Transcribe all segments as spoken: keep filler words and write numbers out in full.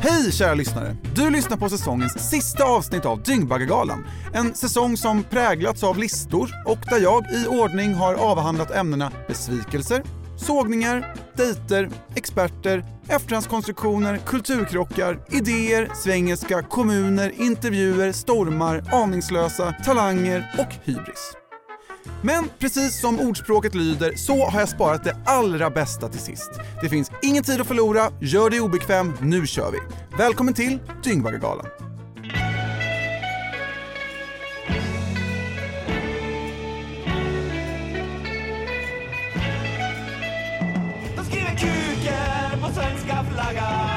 Hej kära lyssnare! Du lyssnar på säsongens sista avsnitt av Dyngbaggegalan. En säsong som präglats av listor och där jag i ordning har avhandlat ämnena besvikelser, sågningar, dejter, experter, efterhandskonstruktioner, kulturkrockar, idéer, svengelska, kommuner, intervjuer, stormar, aningslösa, talanger och hybris. Men precis som ordspråket lyder så har jag sparat det allra bästa till sist. Det finns ingen tid att förlora, gör det obekväm, nu kör vi. Välkommen till Dyngbaggegalan. De skriver kuken på svenska flaggan.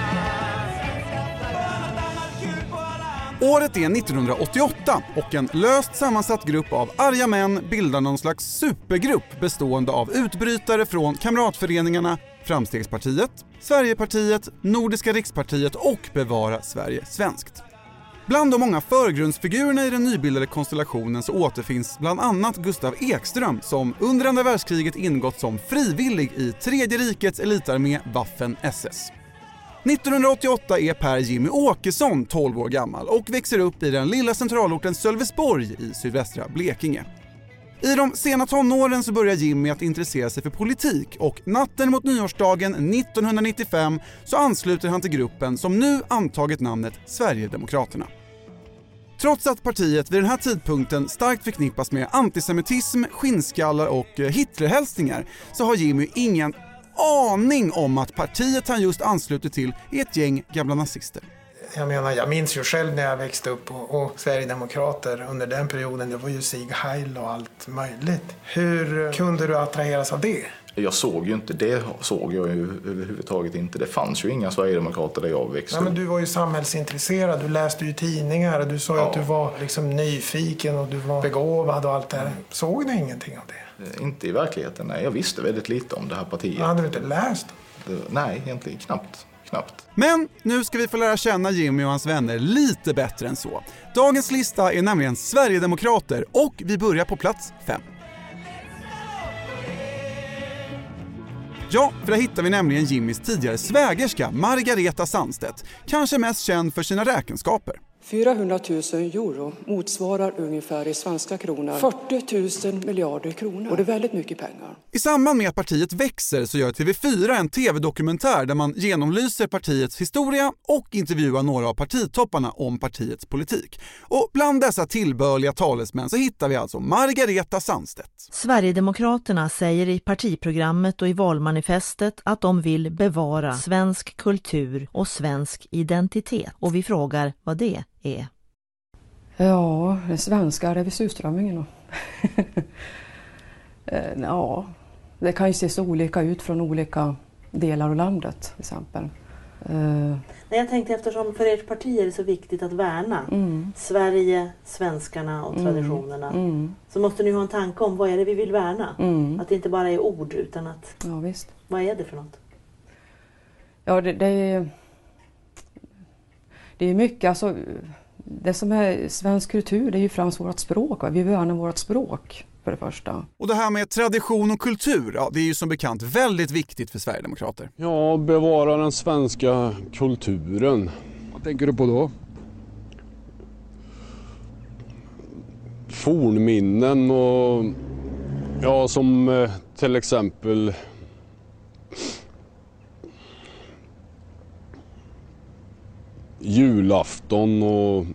Året är nittonhundraåttioåtta och en löst sammansatt grupp av arga män bildar någon slags supergrupp bestående av utbrytare från kamratföreningarna Framstegspartiet, Sverigepartiet, Nordiska rikspartiet och Bevara Sverige svenskt. Bland de många förgrundsfigurerna i den nybildade konstellationen så återfinns bland annat Gustav Ekström som under andra världskriget ingått som frivillig i Tredje rikets elitarmé Waffen S S. nittonhundraåttioåtta är Per Jimmy Åkesson tolv år gammal och växer upp i den lilla centralorten Sölvesborg i sydvästra Blekinge. I de sena tonåren så börjar Jimmy att intressera sig för politik och natten mot nyårsdagen nittonhundranittiofem så ansluter han till gruppen som nu antagit namnet Sverigedemokraterna. Trots att partiet vid den här tidpunkten starkt förknippas med antisemitism, skinnskallar och Hitlerhälsningar så har Jimmy ingen aning om att partiet han just anslutit till är ett gäng gamla nazister. Jag menar, jag minns ju själv när jag växte upp och, och Sverigedemokrater under den perioden, det var ju Sieg Heil och allt möjligt. Hur kunde du attraheras av det? Jag såg ju inte det, såg jag ju överhuvudtaget inte. Det fanns ju inga Sverigedemokrater där jag växte upp. Ja, men du var ju samhällsintresserad, du läste ju tidningar och du sa ja. Att du var liksom nyfiken och du var begåvad och allt det här. Såg du ingenting av det? Inte i verkligheten, nej. Jag visste väldigt lite om det här partiet. Jag hade du inte läst? Det, nej, egentligen knappt. knappt. Men nu ska vi få lära känna Jimmy och hans vänner lite bättre än så. Dagens lista är nämligen Sverigedemokrater och vi börjar på plats fem. Ja, för där hittar vi nämligen Jimmys tidigare svägerska Margareta Sandstedt, kanske mest känd för sina räkenskaper. fyrahundratusen euro motsvarar ungefär i svenska kronor fyrtio tusen miljarder kronor. Och det är väldigt mycket pengar. I samband med att partiet växer så gör T V fyra en tv-dokumentär där man genomlyser partiets historia och intervjuar några av partitopparna om partiets politik. Och bland dessa tillbörliga talesmän så hittar vi alltså Margareta Sandstedt. Sverigedemokraterna säger i partiprogrammet och i valmanifestet att de vill bevara svensk kultur och svensk identitet. Och vi frågar vad det är. Ja, den svenska revisurströmmingen. Ja, det kan ju se så olika ut från olika delar av landet till exempel. Nej, jag tänkte eftersom för ert parti är det så viktigt att värna mm. Sverige, svenskarna och traditionerna mm. Mm. så måste ni ha en tanke om vad är det vi vill värna. Mm. Att det inte bara är ord utan att, ja, visst. Vad är det för något? Ja, det, det är det är mycket, alltså det som är svensk kultur, det är ju främst vårt språk. Va? Vi värnar vårt språk för det första. Och det här med tradition och kultur, ja, det är ju som bekant väldigt viktigt för Sverigedemokrater. Ja, bevara den svenska kulturen. Vad tänker du på då? Fornminnen och ja, som eh, till exempel julafton och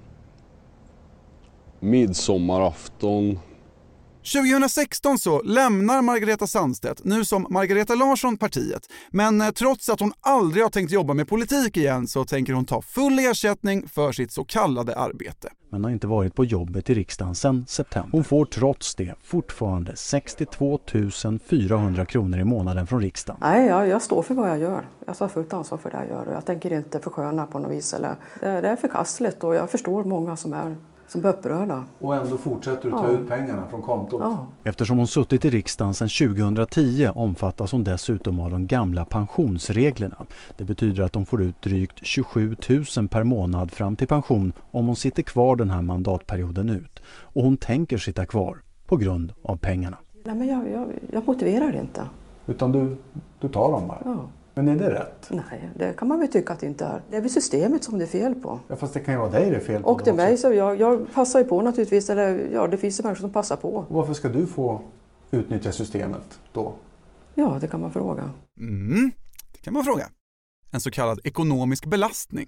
midsommarafton. tjugohundrasexton så lämnar Margareta Sandstedt, nu som Margareta Larsson, partiet. Men trots att hon aldrig har tänkt jobba med politik igen så tänker hon ta full ersättning för sitt så kallade arbete. Men har inte varit på jobbet i riksdagen sedan september. Hon får trots det fortfarande sextiotvå tusen fyrahundra kronor i månaden från riksdagen. Nej, jag, jag står för vad jag gör. Jag tar fullt ansvar för det jag gör och jag tänker inte försköna på något vis. Eller, det, det är förkastligt och jag förstår många som är som är upprörda. Och ändå fortsätter du ta ja. ut pengarna från kontot. Ja. Eftersom hon suttit i riksdagen sedan tjugohundratio omfattas hon dessutom av de gamla pensionsreglerna. Det betyder att de får ut drygt tjugosju tusen per månad fram till pension om hon sitter kvar den här mandatperioden ut. Och hon tänker sitta kvar på grund av pengarna. Nej, men jag, jag, jag motiverar det inte. Utan du, du tar dem bara? Ja. Men är det rätt? Nej, det kan man väl tycka att det inte är. Det är väl systemet som det är fel på. Ja, fast det kan ju vara dig det är fel på. Och till mig så jag, jag passar ju på naturligtvis, eller ja, det finns ju människor som passar på. Varför ska du få utnyttja systemet då? Ja, det kan man fråga. Mm, det kan man fråga. En så kallad ekonomisk belastning.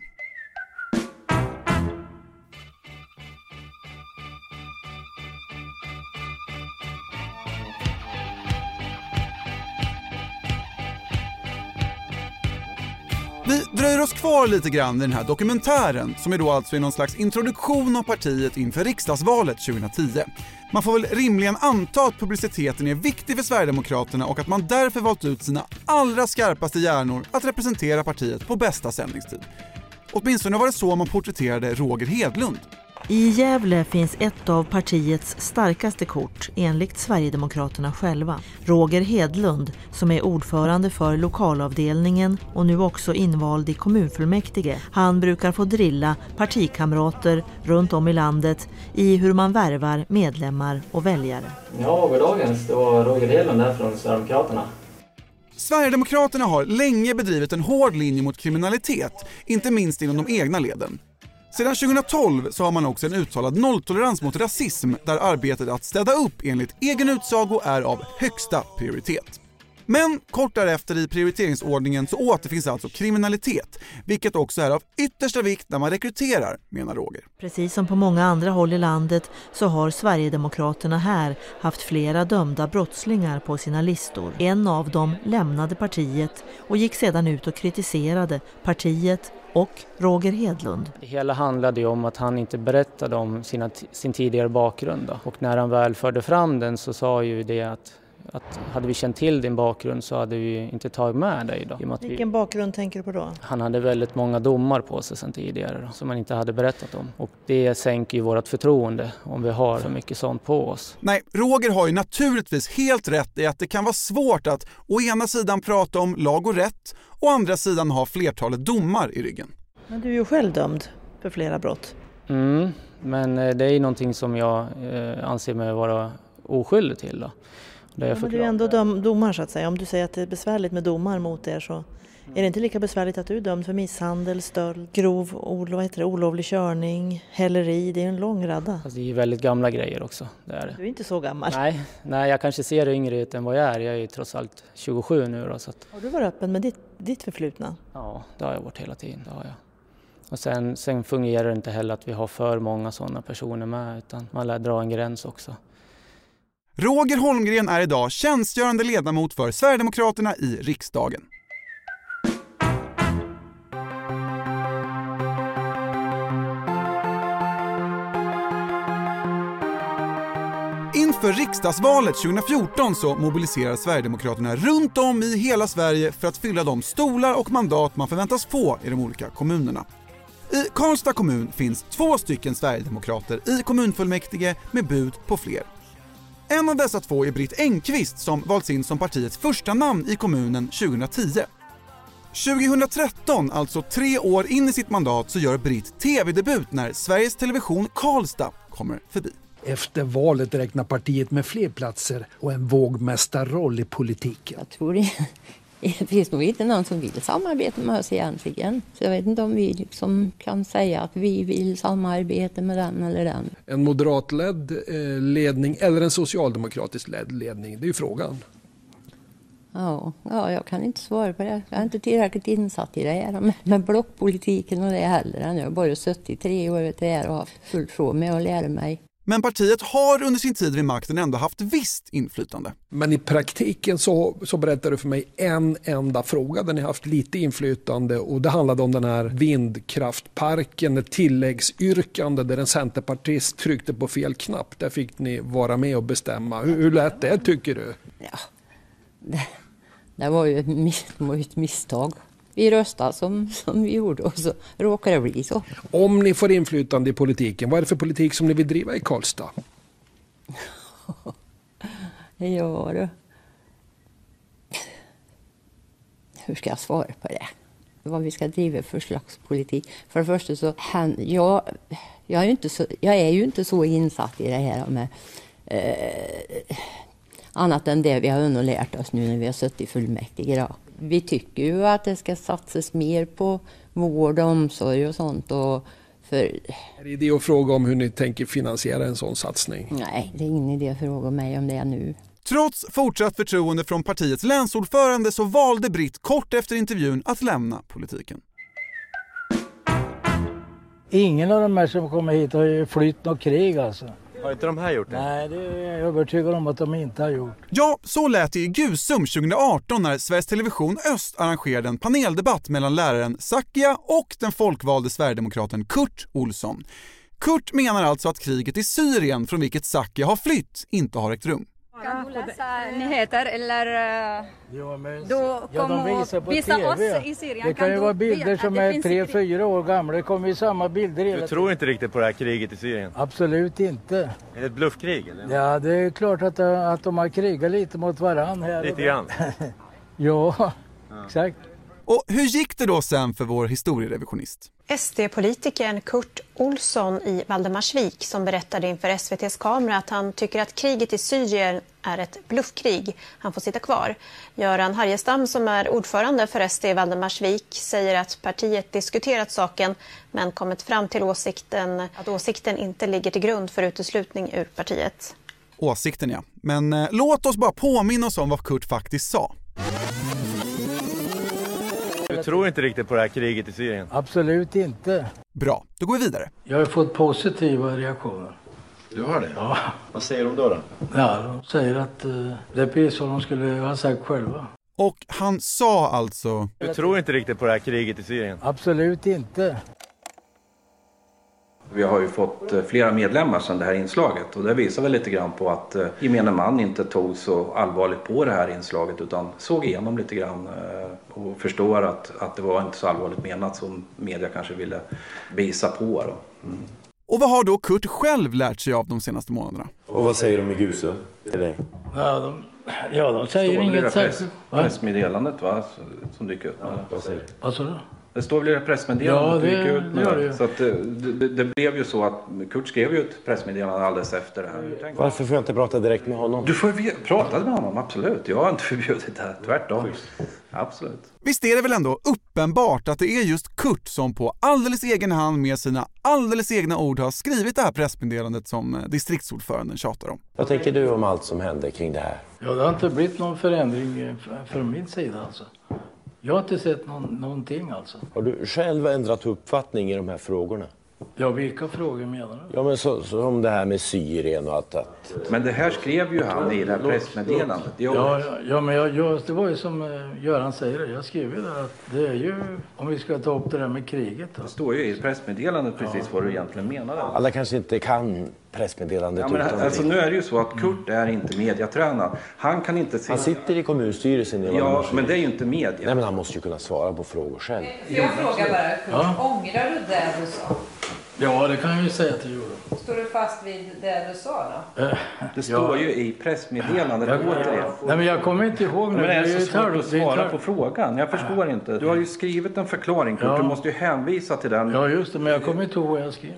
Vi dröjer oss kvar lite grann i den här dokumentären som är då alltså i någon slags introduktion av partiet inför riksdagsvalet tjugohundratio. Man får väl rimligen anta att publiciteten är viktig för Sverigedemokraterna och att man därför valt ut sina allra skarpaste hjärnor att representera partiet på bästa sändningstid. Åtminstone var det så man porträtterade Roger Hedlund. I Gävle finns ett av partiets starkaste kort enligt Sverigedemokraterna själva. Roger Hedlund, som är ordförande för lokalavdelningen och nu också invald i kommunfullmäktige. Han brukar få drilla partikamrater runt om i landet i hur man värvar medlemmar och väljare. Ja, goddagens. Det var Roger Hedlund där från Sverigedemokraterna. Sverigedemokraterna har länge bedrivit en hård linje mot kriminalitet, inte minst inom de egna leden. Sedan tjugohundratolv så har man också en uttalad nolltolerans mot rasism där arbetet att städa upp enligt egen utsago är av högsta prioritet. Men kort därefter i prioriteringsordningen så återfinns alltså kriminalitet, vilket också är av yttersta vikt när man rekryterar, menar Roger. Precis som på många andra håll i landet så har Sverigedemokraterna här haft flera dömda brottslingar på sina listor. En av dem lämnade partiet och gick sedan ut och kritiserade partiet och Roger Hedlund. Det hela handlade ju om att han inte berättade om sina, sin tidigare bakgrund. Då. Och när han väl förde fram den så sa ju det att, att hade vi känt till din bakgrund så hade vi inte tagit med dig. Då. Vilken vi, bakgrund tänker du på då? Han hade väldigt många domar på sig sedan tidigare då, som han inte hade berättat om. Och det sänker ju vårt förtroende om vi har för mycket sånt på oss. Nej, Roger har ju naturligtvis helt rätt i att det kan vara svårt att å ena sidan prata om lag och rätt och å andra sidan ha flertalet domar i ryggen. Men du är ju själv dömd för flera brott. Mm, men det är ju någonting som jag eh, anser mig vara oskyldig till då. Det ja, men du är ändå dom, domar så att säga. Om du säger att det är besvärligt med domar mot er så är det inte lika besvärligt att du är dömd för misshandel, stöld, grov vad heter det, olovlig körning, häleri. Det är en lång radda. Alltså, det är väldigt gamla grejer också. Det är det. Du är inte så gammal. Nej, nej, jag kanske ser yngre ut än vad jag är. Jag är ju trots allt tjugosju nu. Då, så att... Har du varit öppen med ditt, ditt förflutna? Ja, det har jag varit hela tiden. Det har jag. Och sen, sen fungerar det inte heller att vi har för många sådana personer med utan man lär dra en gräns också. Roger Holmgren är idag tjänstgörande ledamot för Sverigedemokraterna i riksdagen. Inför riksdagsvalet tjugohundrafjorton så mobiliserar Sverigedemokraterna runt om i hela Sverige för att fylla de stolar och mandat man förväntas få i de olika kommunerna. I Karlstad kommun finns två stycken Sverigedemokrater i kommunfullmäktige med bud på fler. En av dessa två är Britt Engqvist som valts in som partiets första namn i kommunen tjugohundratio. tjugohundratretton, alltså tre år in i sitt mandat, så gör Britt tv-debut när Sveriges Television Karlstad kommer förbi. Efter valet räknar partiet med fler platser och en vågmästarroll i politiken. Jag tror det, det finns nog inte någon som vill samarbeta med oss egentligen. Så jag vet inte om vi liksom kan säga att vi vill samarbeta med den eller den. En moderatledd eh, ledning eller en socialdemokratisk ledd ledning, det är ju frågan. Ja, ja, jag kan inte svara på det. Jag är inte tillräckligt insatt i det här med, med blockpolitiken och det heller. Jag har bara suttit i tre år det här och haft fullt sjå med att lära mig. Men partiet har under sin tid vid makten ändå haft visst inflytande. Men i praktiken så, så berättar du för mig en enda fråga där ni har haft lite inflytande och det handlade om den här vindkraftparken, ett tilläggsyrkande där en centerpartist tryckte på fel knapp. Där fick ni vara med och bestämma. Hur, hur lät det tycker du? Ja, det, det var ju ett, mis, det var ett misstag. Vi röstade som, som vi gjorde och så råkar det bli så. Om ni får inflytande i politiken, vad är det för politik som ni vill driva i Karlstad? Ja du. Hur ska jag svara på det? Vad vi ska driva för slags politik. För det första så, han, jag, jag, är ju inte så, jag är ju inte så insatt i det här med eh, annat än det vi har lärt oss nu när vi har suttit i fullmäktige. Då. Vi tycker ju att det ska satsas mer på vård och omsorg och sånt. Och för... Är det idé att fråga om hur ni tänker finansiera en sån satsning? Nej, det är ingen idé att fråga mig om det nu. Trots fortsatt förtroende från partiets länsordförande så valde Britt kort efter intervjun att lämna politiken. Ingen av de här som kommer hit har ju flytt något krig alltså. Har inte de här gjort det? Nej, det är jag övertygad om att de inte har gjort. Ja, så lät det i Gusum tjugo arton när Sveriges Television Öst arrangerade en paneldebatt mellan läraren Zakia och den folkvalde Sverigedemokraten Kurt Olsson. Kurt menar alltså att kriget i Syrien, från vilket Zakia har flytt, inte har ägt rum. Kan du läsa nyheter eller ja, men, då ja, kommer visa, på visa T V, oss ja. i Syrien. Det kan, kan ju vara bilder som är tre, fyra år gamla. Det kommer ju samma bilder hela Du tror tiden. Inte riktigt på det här kriget i Syrien? Absolut inte. Är det ett bluffkrig? Eller? Ja, det är klart att, att de har krigat lite mot varann här. Lite grann? ja, ja, exakt. Och hur gick det då sen för vår historierevisionist? S D-politikern Kurt Olsson i Valdemarsvik som berättade inför S V T:s kamera att han tycker att kriget i Syrien är ett bluffkrig. Han får sitta kvar. Göran Harjestam som är ordförande för S D i Valdemarsvik säger att partiet diskuterat saken men kommit fram till åsikten att åsikten inte ligger till grund för uteslutning ur partiet. Åsikten ja, men eh, låt oss bara påminna oss om vad Kurt faktiskt sa. Du tror inte riktigt på det här kriget i Syrien? Absolut inte. Bra, då går vi vidare. Jag har fått positiva reaktioner. Du har det? Ja. Vad säger de då då? Ja, de säger att uh, det är precis som de skulle ha sagt själva. Och han sa alltså... Du tror inte riktigt på det här kriget i Syrien? Absolut inte. Vi har ju fått flera medlemmar sedan det här inslaget och det visar väl lite grann på att gemene man inte tog så allvarligt på det här inslaget utan såg igenom lite grann och förstår att, att det var inte så allvarligt menat som media kanske ville visa på. Då. Mm. Och vad har då Kurt själv lärt sig av de senaste månaderna? Och vad säger de i Gusum till dig? Ja, de, ja, de säger Står inget särskilt. Pressmeddelandet va, som dyker upp. Ja, vad säger du? Vad sa du? Det står väl i det pressmeddelandet. Ja, det, ut det gör det. Så att det, det, det blev ju så att Kurt skrev ju ett pressmeddelande alldeles efter det här. Varför får jag inte prata direkt med honom? Du får ju prata med honom, absolut. Jag har inte förbjudit det här, tvärtom. Absolut. Visst är det väl ändå uppenbart att det är just Kurt som på alldeles egen hand med sina alldeles egna ord har skrivit det här pressmeddelandet som distriktsordföranden tjatar om. Vad tänker du om allt som händer kring det här? Ja, det har inte blivit någon förändring från min sida alltså. Jag har inte sett någon, någonting alltså. Har du själv ändrat uppfattning i de här frågorna? Ja, vilka frågor menar du? Ja, men så, så om det här med Syrien och allt att... Men det här skrev ju han i det här pressmeddelandet. Ja, ja, ja, men jag, jag, det var ju som Göran säger, jag skrev ju där att det är ju, om vi ska ta upp det där med kriget. Då. Det står ju i pressmeddelandet precis ja. vad du egentligen menade. Alla kanske inte kan pressmeddelandet. Ja, men utan alltså, nu är det ju så att Kurt är inte mediatränad. Han kan inte se... Han sitter i kommunstyrelsen. I ja, men det är ju inte media. Nej, men han måste ju kunna svara på frågor själv. Jag frågar bara, Kurt, ja. ångrar du det du sa? Ja, det kan jag ju säga att jag gjorde. Står du fast vid det du sa då? Det står ja. ju i pressmeddelandet jag, återigen. Nej, men jag kommer inte ihåg nu. Men det är så svårt att svara på frågan. Jag förstår ja. inte. Du har ju skrivit en förklaring, Kurt. Ja. Du måste ju hänvisa till den. Ja, just det. Men jag kommer inte ihåg vad jag skrev.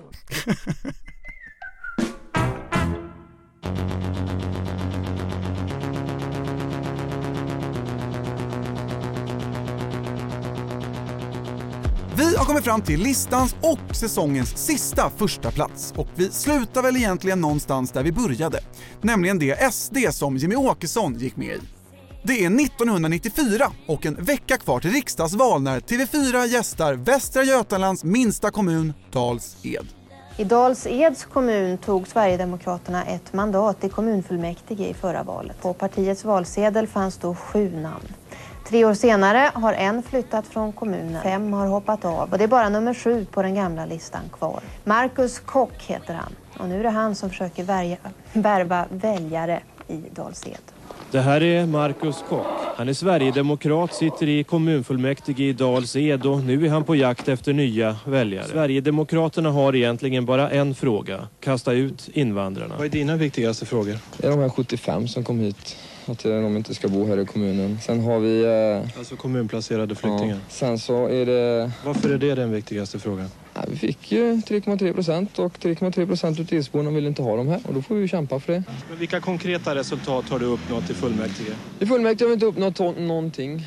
Vi har kommit fram till listans och säsongens sista första plats och vi slutar väl egentligen någonstans där vi började, nämligen det S D som Jimmy Åkesson gick med i. Det är nittonhundranittiofyra och en vecka kvar till riksdagsval när T V fyra gästar Västra Götalands minsta kommun, Dals Ed. I Dals Eds kommun tog Sverigedemokraterna ett mandat i kommunfullmäktige i förra valet. På partiets valsedel fanns då sju namn. Tre år senare har en flyttat från kommunen, fem har hoppat av och det är bara nummer sju på den gamla listan kvar. Marcus Kock heter han och nu är det han som försöker värja, värva väljare i Dals Ed. Det här är Marcus Kock. Han är Sverigedemokrat, sitter i kommunfullmäktige i Dals Ed och nu är han på jakt efter nya väljare. Sverigedemokraterna har egentligen bara en fråga, kasta ut invandrarna. Vad är dina viktigaste frågor? Det är de här sjuttiofem som kom hit. Att de inte ska bo här i kommunen. Sen har vi... Eh, alltså kommunplacerade flyktingar? Ja, sen så är det... Varför är det den viktigaste frågan? Ja, vi fick ju tre komma tre procent och tre komma tre procent av tillsborna vill inte ha dem här. Och då får vi kämpa för det. Men vilka konkreta resultat har du uppnått i fullmäktige? I fullmäktige har vi inte uppnått någonting.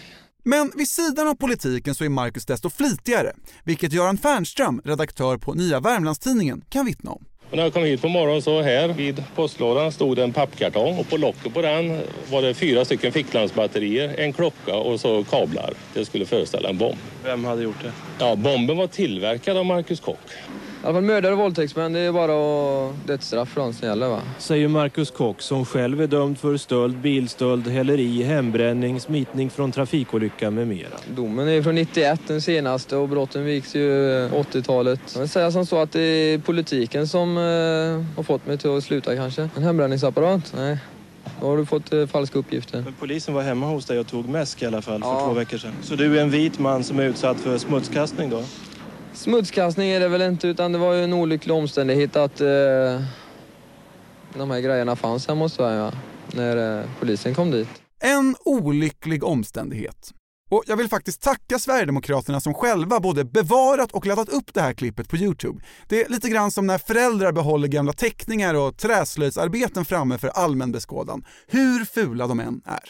Men vid sidan av politiken så är Marcus desto flitigare, vilket Göran Fernström, redaktör på Nya Värmlandstidningen, kan vittna om. Och när jag kom hit på morgonen så här vid postlådan stod det en pappkartong och på locket på den var det fyra stycken ficklampsbatterier, en klocka och så kablar. Det skulle föreställa en bomb. Vem hade gjort det? Ja, bomben var tillverkad av Marcus Koch. I alla fall mördare och våldtäktsmän, det är bara dödsstraff för dem som gäller, va? Säger Marcus Koch som själv är dömd för stöld, bilstöld, häleri, hembränning, smitning från trafikolycka med mera. Domen är från nittioett den senaste och brotten viks ju åttiotalet. Jag vill säga som så att det är politiken som eh, har fått mig till att sluta kanske. En hembränningsapparat? Nej. Då har du fått eh, falska uppgifter. Men polisen var hemma hos dig och tog mäsk i alla fall för ja. två veckor sedan. Så du är en vit man som är utsatt för smutskastning då? Smutskastning är det väl inte, utan det var ju en olycklig omständighet att eh, de här grejerna fanns hemma hos Sverige, va? När eh, polisen kom dit. En olycklig omständighet. Och jag vill faktiskt tacka Sverigedemokraterna som själva både bevarat och laddat upp det här klippet på YouTube. Det är lite grann som när föräldrar behåller gamla teckningar och träslöjdsarbeten framme för allmän beskådan, hur fula de än är.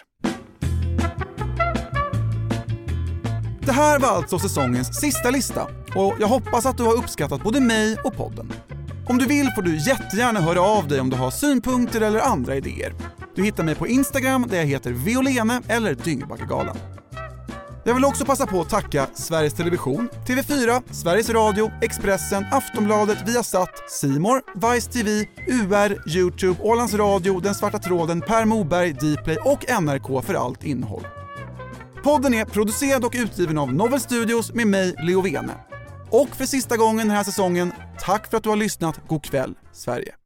Det här var alltså säsongens sista lista och jag hoppas att du har uppskattat både mig och podden. Om du vill får du jättegärna höra av dig om du har synpunkter eller andra idéer. Du hittar mig på Instagram där jag heter Violene eller Dyngbaggegalan. Jag vill också passa på att tacka Sveriges Television, T V fyra, Sveriges Radio, Expressen, Aftonbladet, Viasat, C More, Vice T V, U R, YouTube, Ålands Radio, Den Svarta Tråden, Per Moberg, Dplay och N R K för allt innehåll. Podden är producerad och utgiven av Novel Studios med mig, Leo Vene. Och för sista gången den här säsongen, tack för att du har lyssnat. God kväll, Sverige.